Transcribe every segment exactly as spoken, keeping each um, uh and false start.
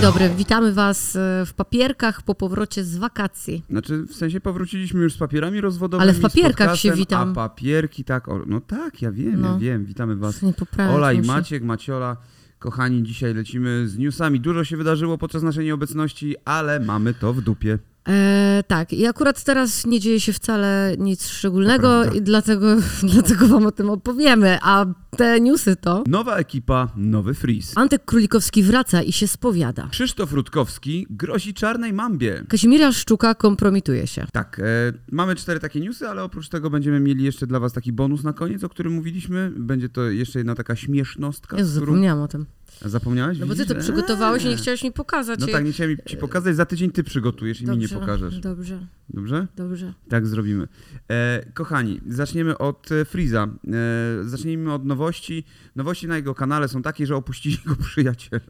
Dzień dobry, witamy Was w papierkach po powrocie z wakacji. Znaczy, w sensie powróciliśmy już z papierami rozwodowymi. Ale w papierkach się witam. A papierki, tak, o, no tak, ja wiem, no. ja wiem, witamy Was. Ola i Maciek, Maciola. Kochani, dzisiaj lecimy z newsami. Dużo się wydarzyło podczas naszej nieobecności, ale mamy to w dupie. E, tak, i akurat teraz nie dzieje się wcale nic szczególnego i dlatego, dlatego wam o tym opowiemy, a te newsy to... Nowa ekipa, nowy Freeze. Antek Królikowski wraca i się spowiada. Krzysztof Rutkowski grozi czarnej mambie. Kazimierza Szczuka kompromituje się. Tak, e, mamy cztery takie newsy, ale oprócz tego będziemy mieli jeszcze dla was taki bonus na koniec, o którym mówiliśmy. Będzie to jeszcze jedna taka śmiesznostka. Ja którą... zapomniałam o tym. Zapomniałeś? No bo ty to przygotowałeś i nie chciałeś mi pokazać. No tak, nie chciałem ci pokazać, za tydzień ty przygotujesz i dobrze, mi nie pokażesz. Dobrze. Dobrze? Dobrze. Tak zrobimy. E, kochani, zaczniemy od Freeza. E, zacznijmy od nowości. Nowości na jego kanale są takie, że opuścili go przyjaciele.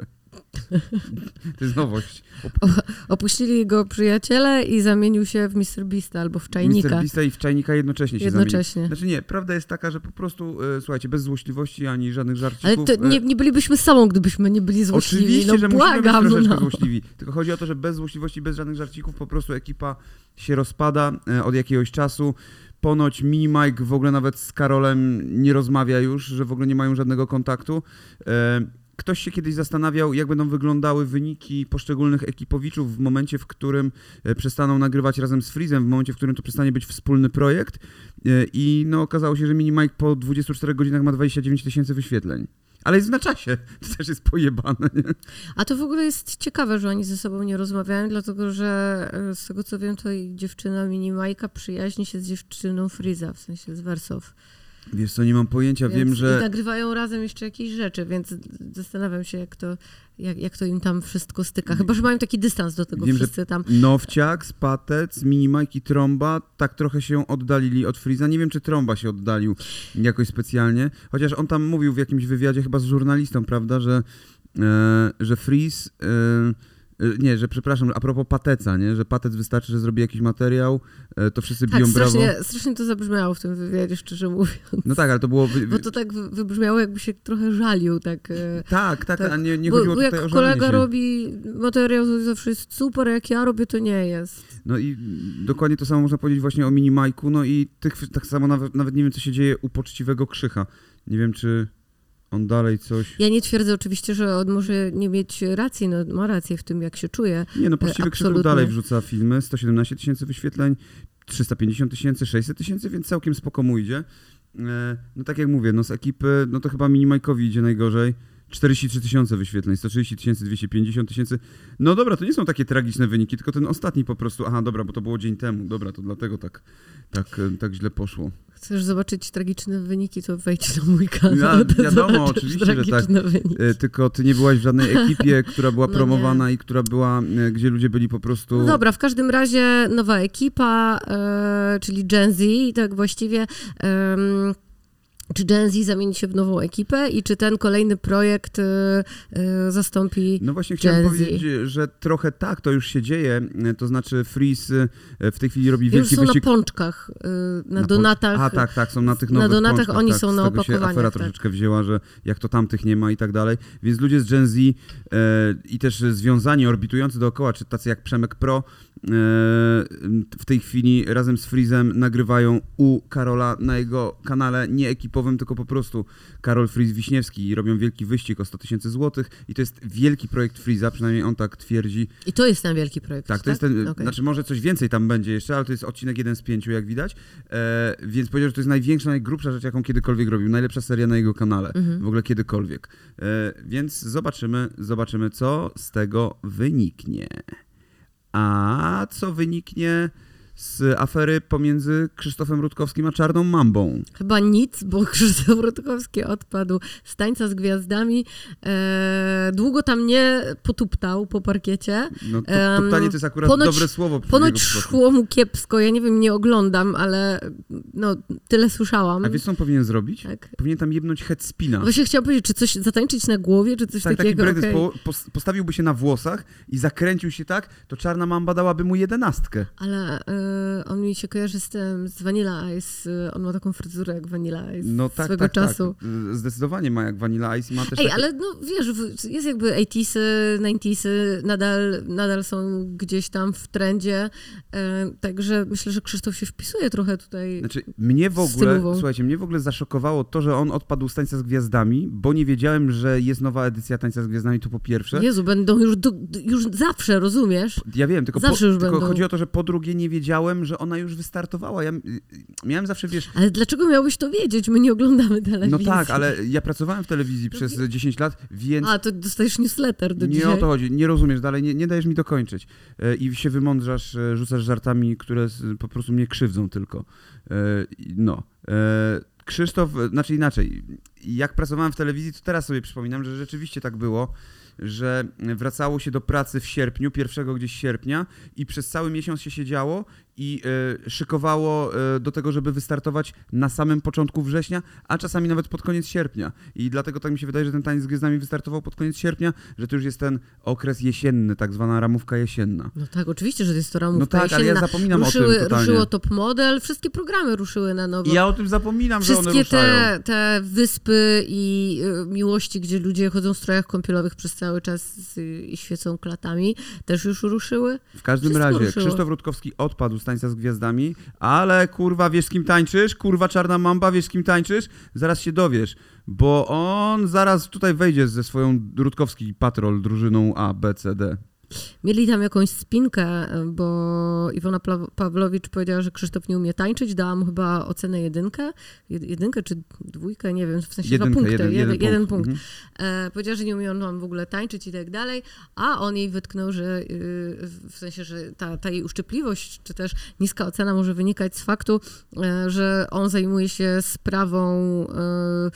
To jest nowość. O, opuścili jego przyjaciele i zamienił się w mister Beasta albo w czajnika. mister Beasta i w czajnika jednocześnie się jednocześnie. zamienił. Znaczy nie, prawda jest taka, że po prostu, e, słuchajcie, bez złośliwości ani żadnych żarcików. Ale to nie, nie bylibyśmy sobą, gdybyśmy nie byli złośliwi. Oczywiście, no, że błagam, musimy być troszeczkę no. złośliwi. Tylko chodzi o to, że bez złośliwości, bez żadnych żarcików po prostu ekipa się rozpada e, od jakiegoś czasu. Ponoć Mini Mike w ogóle nawet z Karolem nie rozmawia już, że w ogóle nie mają żadnego kontaktu. E, Ktoś się kiedyś zastanawiał, jak będą wyglądały wyniki poszczególnych ekipowiczów w momencie, w którym przestaną nagrywać razem z Freezem, w momencie, w którym to przestanie być wspólny projekt. I no, okazało się, że Mini Mike po dwudziestu czterech godzinach ma dwadzieścia dziewięć tysięcy wyświetleń. Ale jest na czasie. To też jest pojebane, nie? A to w ogóle jest ciekawe, że oni ze sobą nie rozmawiają, dlatego że z tego co wiem, to dziewczyna Mini Mike'a przyjaźni się z dziewczyną Freeza, w sensie z Wersow. Wiesz co, nie mam pojęcia, więc wiem, że... I nagrywają razem jeszcze jakieś rzeczy, więc zastanawiam się, jak to, jak, jak to im tam wszystko styka. Chyba, że mają taki dystans do tego wiem, wszyscy tam. Nowciak, Spatec, Mini Mike i Tromba tak trochę się oddalili od Freeza. Nie wiem, czy Tromba się oddalił jakoś specjalnie, chociaż on tam mówił w jakimś wywiadzie chyba z żurnalistą, prawda, że, e, że Freeze... E, Nie, że przepraszam, a propos Pateca, nie? Że Patec wystarczy, że zrobi jakiś materiał, to wszyscy tak, biją strasznie, brawo. Strasznie to zabrzmiało w tym wywiadzie, szczerze mówiąc. No tak, ale to było... Wy... Bo to tak wybrzmiało, jakby się trochę żalił. Tak, tak, tak, tak. a nie, nie bo, chodziło bo tutaj jak o żalenie kolega się. robi materiał, to zawsze jest super, jak ja robię, to nie jest. No i dokładnie to samo można powiedzieć właśnie o Mini Mike'u, no i tych, tak samo nawet, nawet nie wiem, co się dzieje u poczciwego Krzycha. Nie wiem, czy... On dalej coś... Ja nie twierdzę oczywiście, że on może nie mieć racji, no ma rację w tym, jak się czuje. Nie, no poczciwy Krzychu dalej wrzuca filmy, sto siedemnaście tysięcy wyświetleń, trzysta pięćdziesiąt tysięcy, sześćset tysięcy, więc całkiem spoko mu idzie. No tak jak mówię, no z ekipy, no to chyba Mini Mike'owi idzie najgorzej. czterdzieści trzy tysiące wyświetleń, sto trzydzieści tysięcy, dwieście pięćdziesiąt tysięcy. No dobra, to nie są takie tragiczne wyniki, tylko ten ostatni po prostu, aha, dobra, bo to było dzień temu, dobra, to dlatego tak, tak, tak źle poszło. Chcesz zobaczyć tragiczne wyniki, to wejdź na mój kanał. Ja, wiadomo, oczywiście, że tak. Wyniki. Tylko ty nie byłaś w żadnej ekipie, która była no promowana nie. i która była, gdzie ludzie byli po prostu... No dobra, w każdym razie nowa ekipa, e, czyli Gen Z, tak właściwie... E, Czy Gen Z zamieni się w nową ekipę i czy ten kolejny projekt y, y, zastąpi No właśnie chciałem Gen powiedzieć, Z. że trochę tak, to już się dzieje, to znaczy Freeze w tej chwili robi już wielki są wyścig... na pączkach, y, na, na donatach. A tak, tak, są na tych nowych Na donatach pączkach, oni tak, są na opakowaniach. Z tego się afera tak. troszeczkę wzięła, że jak to tamtych nie ma i tak dalej. Więc ludzie z Gen Z e, i też związani, orbitujący dookoła, czy tacy jak Przemek Pro, e, w tej chwili razem z Freezem nagrywają u Karola na jego kanale, nie ekipowym, tylko po prostu Karol Freeze Wiśniewski i robią wielki wyścig o sto tysięcy złotych i to jest wielki projekt Freeza, przynajmniej on tak twierdzi. I to jest ten wielki projekt, tak? to tak? jest ten, okay. Znaczy może coś więcej tam będzie jeszcze, ale to jest odcinek jeden z pięciu, jak widać, e, więc powiedział, że to jest największa, najgrubsza rzecz, jaką kiedykolwiek robił, najlepsza seria na jego kanale, mhm. w ogóle kiedykolwiek. E, więc zobaczymy, zobaczymy, co z tego wyniknie. A co wyniknie z afery pomiędzy Krzysztofem Rutkowskim a Czarną Mambą? Chyba nic, bo Krzysztof Rutkowski odpadł z Tańca z Gwiazdami. E, długo tam nie potuptał po parkiecie. No to, tuptanie to jest akurat ponoć, dobre słowo. Ponoć szło mu kiepsko. Ja nie wiem, nie oglądam, ale no, tyle słyszałam. A wiesz, co on powinien zrobić? Tak. Powinien tam jebnąć headspina. Właśnie chciałam powiedzieć, czy coś zatańczyć na głowie, czy coś tak, takiego? Taki okay. po, postawiłby się na włosach i zakręcił się tak, to Czarna Mamba dałaby mu jedenastkę. Ale... y, on mi się kojarzy z tym, z Vanilla Ice. Y, on ma taką fryzurę jak Vanilla Ice No tak, swego tak, czasu. tak. Zdecydowanie ma jak Vanilla Ice. Ma też Ej, takie... ale no wiesz, jest jakby osiemdziesiąte, dziewięćdziesiąte, nadal, nadal są gdzieś tam w trendzie, y, także myślę, że Krzysztof się wpisuje trochę tutaj. Znaczy, mnie w ogóle, stylową. słuchajcie, mnie w ogóle zaszokowało to, że on odpadł z Tańca z Gwiazdami, bo nie wiedziałem, że jest nowa edycja Tańca z Gwiazdami, to po pierwsze. Jezu, będą już, do, już zawsze, rozumiesz? Ja wiem, tylko, Zawsze po, już tylko będą. chodzi o to, że po drugie nie wiedziałem, że ona już wystartowała. Ja miałem zawsze, wiesz... Ale dlaczego miałbyś to wiedzieć? My nie oglądamy No telewizji. tak, ale ja pracowałem w telewizji przez dziesięć lat, więc... A, to dostajesz newsletter do Nie dzisiaj. o to chodzi, nie rozumiesz dalej, nie, nie dajesz mi dokończyć. E, I się wymądrzasz, e, rzucasz żartami, które s- po prostu mnie krzywdzą tylko. E, i- no. E, Krzysztof, e, znaczy inaczej, jak pracowałem w telewizji, to teraz sobie przypominam, że rzeczywiście tak było, że wracało się do pracy w sierpniu, pierwszego gdzieś sierpnia i przez cały miesiąc się siedziało i e, szykowało e, do tego, żeby wystartować na samym początku września, a czasami nawet pod koniec sierpnia. I dlatego tak mi się wydaje, że ten Taniec z Gwiazdami wystartował pod koniec sierpnia, że to już jest ten okres jesienny, tak zwana ramówka jesienna. No tak, oczywiście, że to jest to ramówka No tak, ale ja jesienna. zapominam ruszyły, o tym totalnie. Ruszyło Top Model, wszystkie programy ruszyły na nowo. I ja o tym zapominam, że one Wszystkie ruszają. te, te wyspy i y, miłości, gdzie ludzie chodzą w strojach kąpielowych przez cały czas y, i świecą klatami, też już ruszyły. W każdym Wszystko razie ruszyło. Krzysztof Rutkowski odpadł z Tańca z Gwiazdami, ale kurwa, wiesz z kim tańczysz? Kurwa, Czarna Mamba, wiesz z kim tańczysz? Zaraz się dowiesz, bo on zaraz tutaj wejdzie ze swoją Rutkowski Patrol drużyną A, B, C, D. Mieli tam jakąś spinkę, bo Iwona Pla- Pawlowicz powiedziała, że Krzysztof nie umie tańczyć, dała mu chyba ocenę jedynkę, Jed- jedynkę czy dwójkę, nie wiem, w sensie Jedynkę, dwa punkty, jeden- jeden jeden, jeden punkt. punkt. E, powiedziała, że nie umie on w ogóle tańczyć i tak dalej, a on jej wytknął, że y, w sensie, że ta, ta jej uszczypliwość, czy też niska ocena może wynikać z faktu, e, że on zajmuje się sprawą e,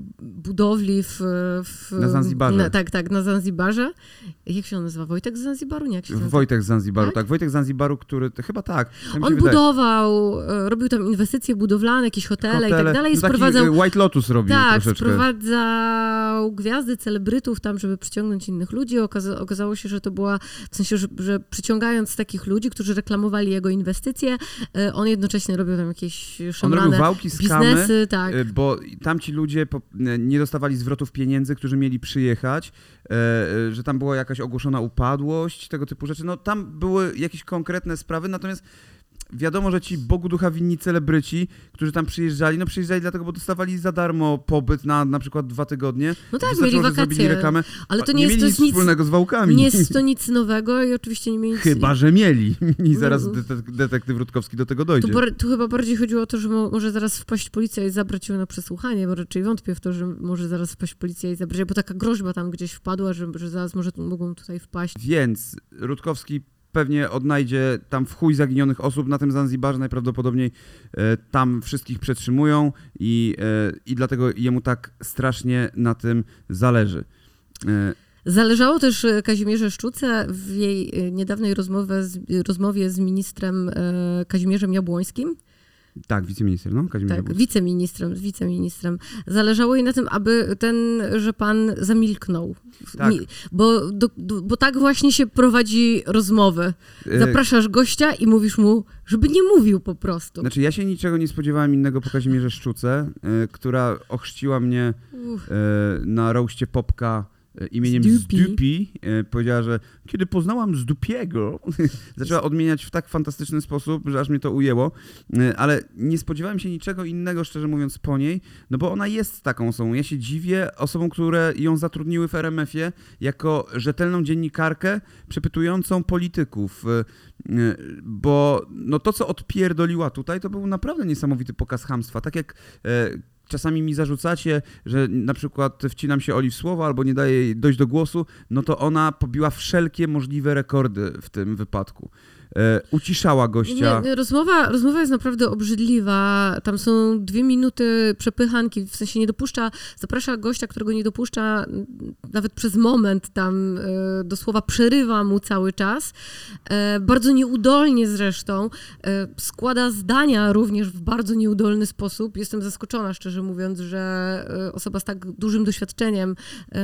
budowli w, w... Na Zanzibarze. Na, tak, tak, na Zanzibarze. Jak się on nazywa? Wojtek z Zanzibaru? Nie, jak się nazywa? Wojtek z Zanzibaru, Tak? tak? Wojtek z Zanzibaru, który, to chyba tak. tak mi się On wydaje. budował, e, robił tam inwestycje budowlane, jakieś hotele, i tak dalej. no taki Sprowadzał, White Lotus robił tak, troszeczkę. sprowadzał gwiazdy, celebrytów tam, żeby przyciągnąć innych ludzi. Okaza, okazało się, że to była, w sensie, że, że przyciągając takich ludzi, którzy reklamowali jego inwestycje, e, on jednocześnie robił tam jakieś On szemrane robił wałki z biznesy, kamy, tak. y, bo tamci ludzie po, y, nie dostawali zwrotów pieniędzy, którzy mieli przyjechać, y, y, że tam była jakaś ogłoszona upadłość, tego typu rzeczy. No tam były jakieś konkretne sprawy, natomiast wiadomo, że ci Bogu ducha winni celebryci, którzy tam przyjeżdżali, no przyjeżdżali dlatego, bo dostawali za darmo pobyt na na przykład dwa tygodnie. No tak, Wystarczyło, mieli że wakacje. zrobili reklamę. Ale to nie nie jest, mieli to nic jest nic, wspólnego z wałkami. nie jest to nic nowego i oczywiście nie mieli nic... Chyba, że mieli. I zaraz Mm. detek- detektyw Rutkowski do tego dojdzie. Tu, bar- tu chyba bardziej chodziło o to, że mo- może zaraz wpaść policja i zabrać ją na przesłuchanie, bo raczej wątpię w to, że może zaraz wpaść policja i zabrać, bo taka groźba tam gdzieś wpadła, że, że zaraz może tu, mogą tutaj wpaść. Więc Rutkowski pewnie odnajdzie tam w chuj zaginionych osób na tym Zanzibarze, najprawdopodobniej e, tam wszystkich przetrzymują i, e, i dlatego jemu tak strasznie na tym zależy. E, Zależało też e, Kazimierze Szczuce w jej e, niedawnej rozmowie z, rozmowie z ministrem e, Kazimierzem Jabłońskim. tak, wiceminister, no? Kazimierz Tak, Jabłoński. wiceministrem, z wiceministrem. Zależało jej na tym, aby ten, że pan zamilknął. Tak. Mi- Bo, do, do, bo tak właśnie się prowadzi rozmowy. E, Zapraszasz gościa i mówisz mu, żeby nie mówił po prostu. Znaczy ja się niczego nie spodziewałem innego po Kazimierze Szczuce, e, która ochrzciła mnie Uff. e, na roście Popka e, imieniem Zdupi. Zdupi. E, powiedziała, że kiedy poznałam Zdupiego, zaczęła odmieniać w tak fantastyczny sposób, że aż mnie to ujęło, e, ale nie spodziewałem się niczego innego, szczerze mówiąc, po niej, no bo ona jest taką osobą. Ja się dziwię osobom, które ją zatrudniły w R M F ie jako rzetelną dziennikarkę przepytującą polityków, e, e, bo no to, co odpierdoliła tutaj, to był naprawdę niesamowity pokaz chamstwa. Tak jak e, czasami mi zarzucacie, że na przykład wcinam się Oli w słowo albo nie daję jej dojść do głosu, no to ona pobiła wszelkie możliwe rekordy w tym wypadku. E, uciszała gościa. Nie, nie, rozmowa, rozmowa jest naprawdę obrzydliwa. Tam są dwie minuty przepychanki, w sensie nie dopuszcza, zaprasza gościa, którego nie dopuszcza n- nawet przez moment tam e, do słowa przerywa mu cały czas. E, bardzo nieudolnie zresztą. E, składa zdania również w bardzo nieudolny sposób. Jestem zaskoczona, szczerze mówiąc, że e, osoba z tak dużym doświadczeniem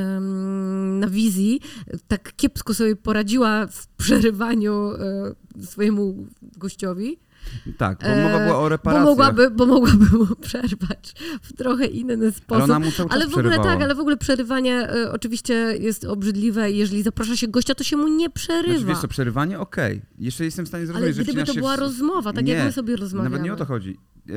em, na wizji tak kiepsko sobie poradziła w przerywaniu e, swojemu gościowi. Tak, bo mowa była o Bo reparacjach. mogłaby, bo mogłaby mu przerwać w trochę inny sposób. Ale ona mu cały czas Ale w ogóle przerywała. tak, ale w ogóle przerywanie y, oczywiście jest obrzydliwe i jeżeli zaprasza się gościa, to się mu nie przerywa. Znaczy, wiesz co, przerywanie okej. Okay. Jeszcze jestem w stanie zrozumieć, Ale że gdyby to się była w... rozmowa, tak nie, jak my sobie rozmawiamy. Nawet nie o to chodzi.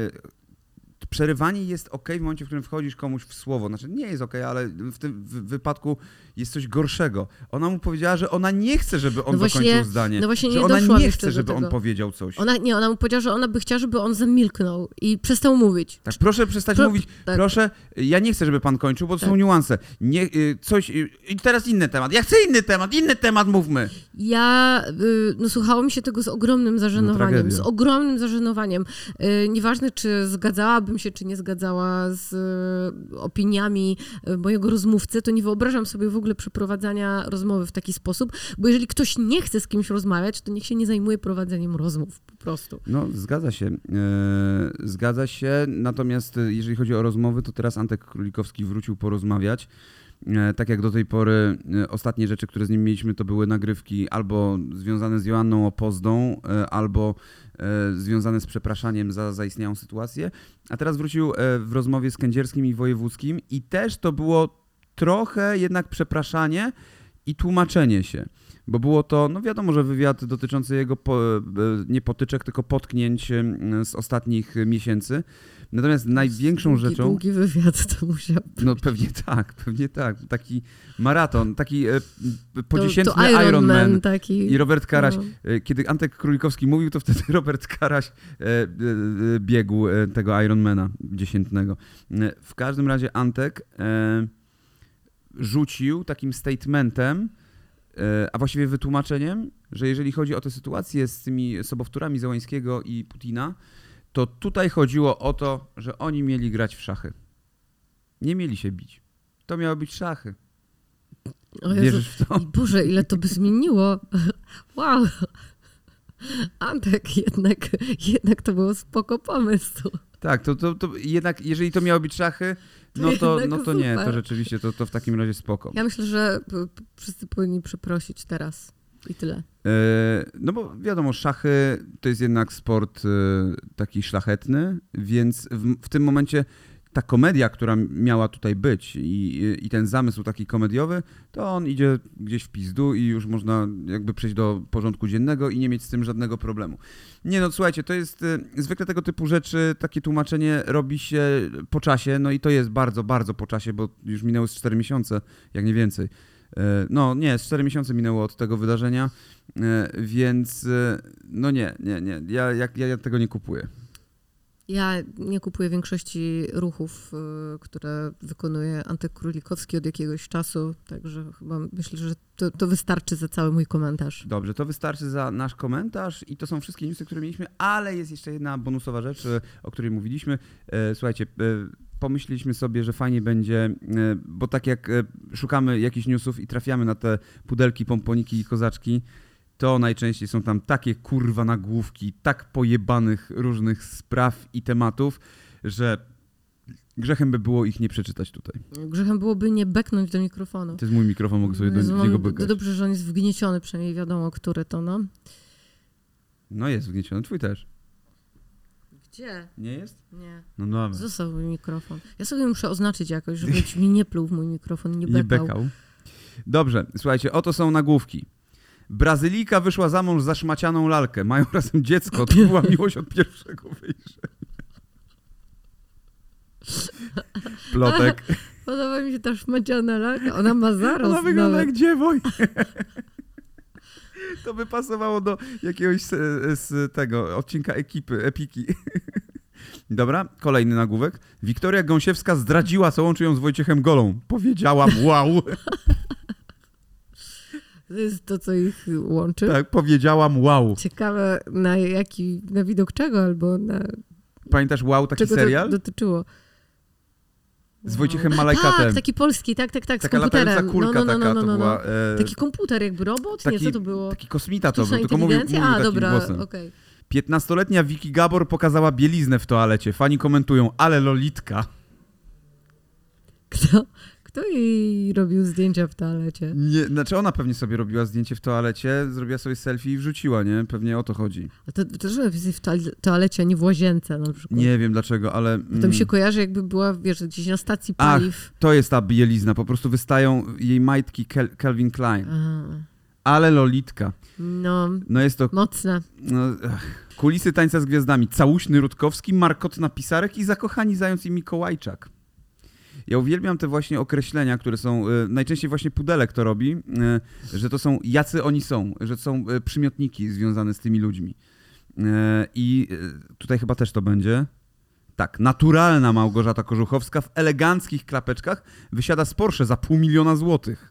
Przerywanie jest okej w momencie, w którym wchodzisz komuś w słowo. Znaczy nie jest okej, ale w tym wypadku jest coś gorszego. Ona mu powiedziała, że ona nie chce, żeby on no właśnie, dokończył zdanie. No właśnie że nie ona doszłam nie jeszcze chce, do żeby tego. on powiedział coś. Ona, nie, ona mu powiedziała, że ona by chciała, żeby on zamilknął i przestał mówić. Tak, proszę przestać Pro, mówić. tak. Proszę, ja nie chcę, żeby pan kończył, bo to tak. są niuanse. Nie, y, coś, y, I teraz inny temat. Ja chcę inny temat, inny temat mówmy. Ja, y, no słuchało mi się tego z ogromnym zażenowaniem. No, z ogromnym zażenowaniem. Y, nieważne, czy zgadzałabym się, czy nie zgadzała z y, opiniami y, mojego rozmówcy, to nie wyobrażam sobie w ogóle przeprowadzania rozmowy w taki sposób, bo jeżeli ktoś nie chce z kimś rozmawiać, to niech się nie zajmuje prowadzeniem rozmów, po prostu. No, zgadza się. E, zgadza się, natomiast jeżeli chodzi o rozmowy, to teraz Antek Królikowski wrócił porozmawiać. E, tak jak do tej pory e, ostatnie rzeczy, które z nim mieliśmy, to były nagrywki albo związane z Joanną Opozdą, e, albo e, związane z przepraszaniem za zaistniałą sytuację. A teraz wrócił e, w rozmowie z Kędzierskim i Wojewódzkim i też to było trochę jednak przepraszanie i tłumaczenie się. Bo było to, no wiadomo, że wywiad dotyczący jego po, nie potyczek, tylko potknięć z ostatnich miesięcy. Natomiast największą długi, rzeczą... Długi wywiad to musiał być. No pewnie tak, pewnie tak. Taki maraton, taki e, podziesiętny to, to Iron, Iron Man. Man taki. I Robert Karaś. No. Kiedy Antek Królikowski mówił, to wtedy Robert Karaś e, e, biegł e, tego Ironmana dziesiętnego. E, w każdym razie Antek e, rzucił takim statementem, a właściwie wytłumaczeniem, że jeżeli chodzi o tę sytuację z tymi sobowtórami Zełańskiego i Putina, to tutaj chodziło o to, że oni mieli grać w szachy. Nie mieli się bić. To miały być szachy. O Jezu. Wierzysz w to? Boże, ile to by zmieniło. Wow. Antek, jednak, jednak to było spoko pomysł. Tak, to, to, to jednak, jeżeli to miały być szachy, no to, no to nie, to rzeczywiście, to, to w takim razie spoko. Ja myślę, że wszyscy powinni przeprosić teraz i tyle. E, no bo wiadomo, szachy to jest jednak sport e, taki szlachetny, więc w, w tym momencie ta komedia, która miała tutaj być i, i ten zamysł taki komediowy, to on idzie gdzieś w pizdu i już można jakby przejść do porządku dziennego i nie mieć z tym żadnego problemu. Nie no, słuchajcie, to jest y, zwykle tego typu rzeczy, takie tłumaczenie robi się po czasie, no i to jest bardzo, bardzo po czasie, bo już minęły z cztery miesiące, jak nie więcej. Y, no nie, z cztery miesiące minęło od tego wydarzenia, y, więc y, no nie, nie, nie, ja, ja, ja tego nie kupuję. Ja nie kupuję większości ruchów, y, które wykonuje Antek Królikowski od jakiegoś czasu, także chyba myślę, że to, to wystarczy za cały mój komentarz. Dobrze, to wystarczy za nasz komentarz i to są wszystkie newsy, które mieliśmy, ale jest jeszcze jedna bonusowa rzecz, o której mówiliśmy. Słuchajcie, pomyśleliśmy sobie, że fajnie będzie, bo tak jak szukamy jakichś newsów i trafiamy na te pudelki, pomponiki i kozaczki, to najczęściej są tam takie kurwa nagłówki, tak pojebanych różnych spraw i tematów, że grzechem by było ich nie przeczytać tutaj. Grzechem byłoby nie beknąć do mikrofonu. To jest mój mikrofon, mogę sobie do, Jezu, do niego mam, bykać. Dobrze, że on jest wgnieciony, przynajmniej wiadomo, który to, no. No jest wgnieciony, twój też. Gdzie? Nie jest? Nie. No dobra. Został mój mikrofon. Ja sobie muszę oznaczyć jakoś, żeby mi nie pluł w mój mikrofon, nie bekał. Nie bekał. Dobrze, słuchajcie, oto są nagłówki. Brazylijka wyszła za mąż za szmacianą lalkę. Mają razem dziecko. To była miłość od pierwszego wejrzenia. Plotek. Podoba mi się ta szmaciana lalka. Ona ma zarost. Ona wygląda nawet. jak dziewoj. To by pasowało do jakiegoś z, z tego odcinka ekipy, epiki. Dobra, kolejny nagłówek. Wiktoria Gąsiewska zdradziła, co łączy ją z Wojciechem Golą. Powiedziałam wow. To jest to, co ich łączy. Tak, powiedziałam wow. Ciekawe, na jaki, na widok czego, albo na... Pamiętasz wow, taki czego serial? to dotyczyło? Z Wojciechem Malajkatem. Tak, taki polski, tak, tak, tak, z taka komputerem. latająca kulka no, no, no, taka no, no, to no. była. E... Taki komputer jakby robot? Taki, nie, co to było? Taki kosmita to Sztuczna był, tylko mówił, mówił A, takim dobra, głosem. okej. Okay. piętnastoletnia Vicky Gabor pokazała bieliznę w toalecie. Fani komentują, ale lolitka. Kto, kto jej robił zdjęcia w toalecie? Nie, znaczy ona pewnie sobie robiła zdjęcie w toalecie, zrobiła sobie selfie i wrzuciła, nie? Pewnie o to chodzi. A to też jest w toalecie, a nie w łazience na przykład. Nie wiem dlaczego, ale... Mm. To mi się kojarzy, jakby była, wiesz, gdzieś na stacji paliw. Ach, to jest ta bielizna, po prostu wystają jej majtki Kel- Calvin Klein. Aha. Ale lolitka. No, no jest to... mocne. No, ach, kulisy Tańca z Gwiazdami. Całuśny Rutkowski, markotna Pisarek i zakochani Zając i Mikołajczak. Ja uwielbiam te właśnie określenia, które są, y, najczęściej właśnie Pudelek to robi, y, że to są jacy oni są, że to są y, przymiotniki związane z tymi ludźmi. Y, I y, tutaj chyba też to będzie. Tak, naturalna Małgorzata Korzuchowska w eleganckich klapeczkach wysiada z Porsche za pół miliona złotych.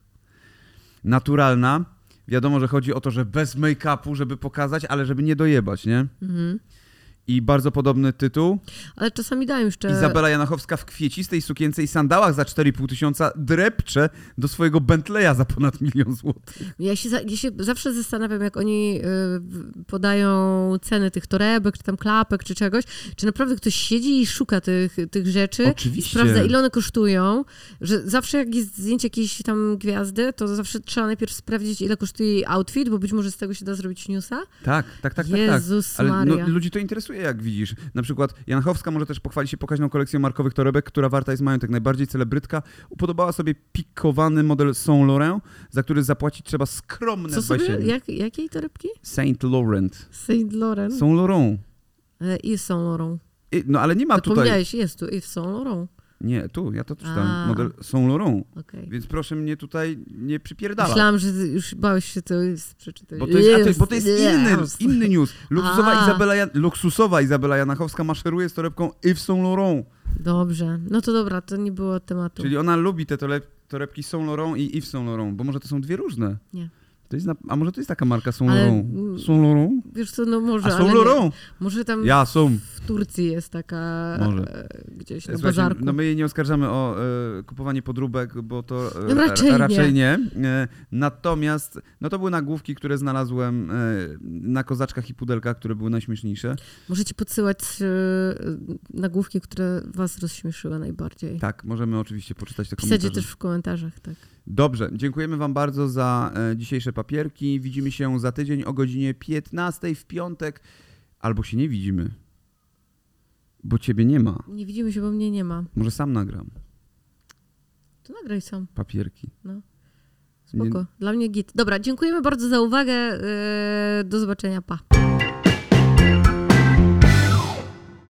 Naturalna, wiadomo, że chodzi o to, że bez make-upu, żeby pokazać, ale żeby nie dojebać, nie? Mhm. I bardzo podobny tytuł. Ale czasami dają jeszcze... Izabela Janachowska w kwiecistej sukience i sandałach za cztery i pół tysiąca drepcze do swojego Bentleya za ponad milion złotych. Ja się, za, ja się zawsze zastanawiam, jak oni y, podają ceny tych torebek, czy tam klapek, czy czegoś, czy naprawdę ktoś siedzi i szuka tych, tych rzeczy. Oczywiście. Sprawdza, ile one kosztują. Że zawsze jak jest zdjęcie jakiejś tam gwiazdy, to zawsze trzeba najpierw sprawdzić, ile kosztuje jej outfit, bo być może z tego się da zrobić newsa. Tak, tak, tak, Jezus tak. tak. Ale Maria. no, ludzi to interesuje, jak widzisz. Na przykład Janachowska może też pochwalić się pokaźną kolekcją markowych torebek, która warta jest majątek. Najbardziej celebrytka upodobała sobie pikowany model Saint Laurent, za który zapłacić trzeba skromne Co sobie? dwadzieścia. Jak, jakiej torebki? Saint Laurent. Saint Laurent. Saint Laurent. I Saint Laurent. I, no ale nie ma tutaj... Zapomniałeś, jest tu i w Saint Laurent. Nie, tu, ja to czytam. A. Model Saint Laurent. Okay. Więc proszę mnie tutaj nie przypierdalać. Myślałam, że już bałeś się to przeczytać. Bo to jest, a to, bo to jest inny, inny news. Luksusowa Izabela, Jan, luksusowa Izabela Janachowska maszeruje z torebką Yves Saint Laurent. Dobrze. No to dobra, to nie było tematu. Czyli ona lubi te torebki Saint Laurent i Yves Saint Laurent, bo może to są dwie różne. Nie. To jest na, a może to jest taka marka Saint Laurent? Saint Laurent? Wiesz co, no może, a Saint ale Laurent? nie. Może tam ja, są. w Turcji jest taka może. gdzieś na Słuchajcie, bazarku. no my jej nie oskarżamy o e, kupowanie podróbek, bo to e, no raczej, a, raczej nie. nie. E, natomiast no to były nagłówki, które znalazłem e, na kozaczkach i pudelkach, które były najśmieszniejsze. Możecie podsyłać e, nagłówki, które was rozśmieszyły najbardziej. Tak, możemy oczywiście poczytać te Piszecie komentarze. też w komentarzach, tak. Dobrze, dziękujemy wam bardzo za e, dzisiejsze papierki. Widzimy się za tydzień o godzinie piętnastej w piątek. Albo się nie widzimy, bo ciebie nie ma. Nie widzimy się, bo mnie nie ma. Może sam nagram. To nagraj sam. Papierki. No. Spoko. Nie... Dla mnie git. Dobra, dziękujemy bardzo za uwagę. Yy, do zobaczenia. Pa.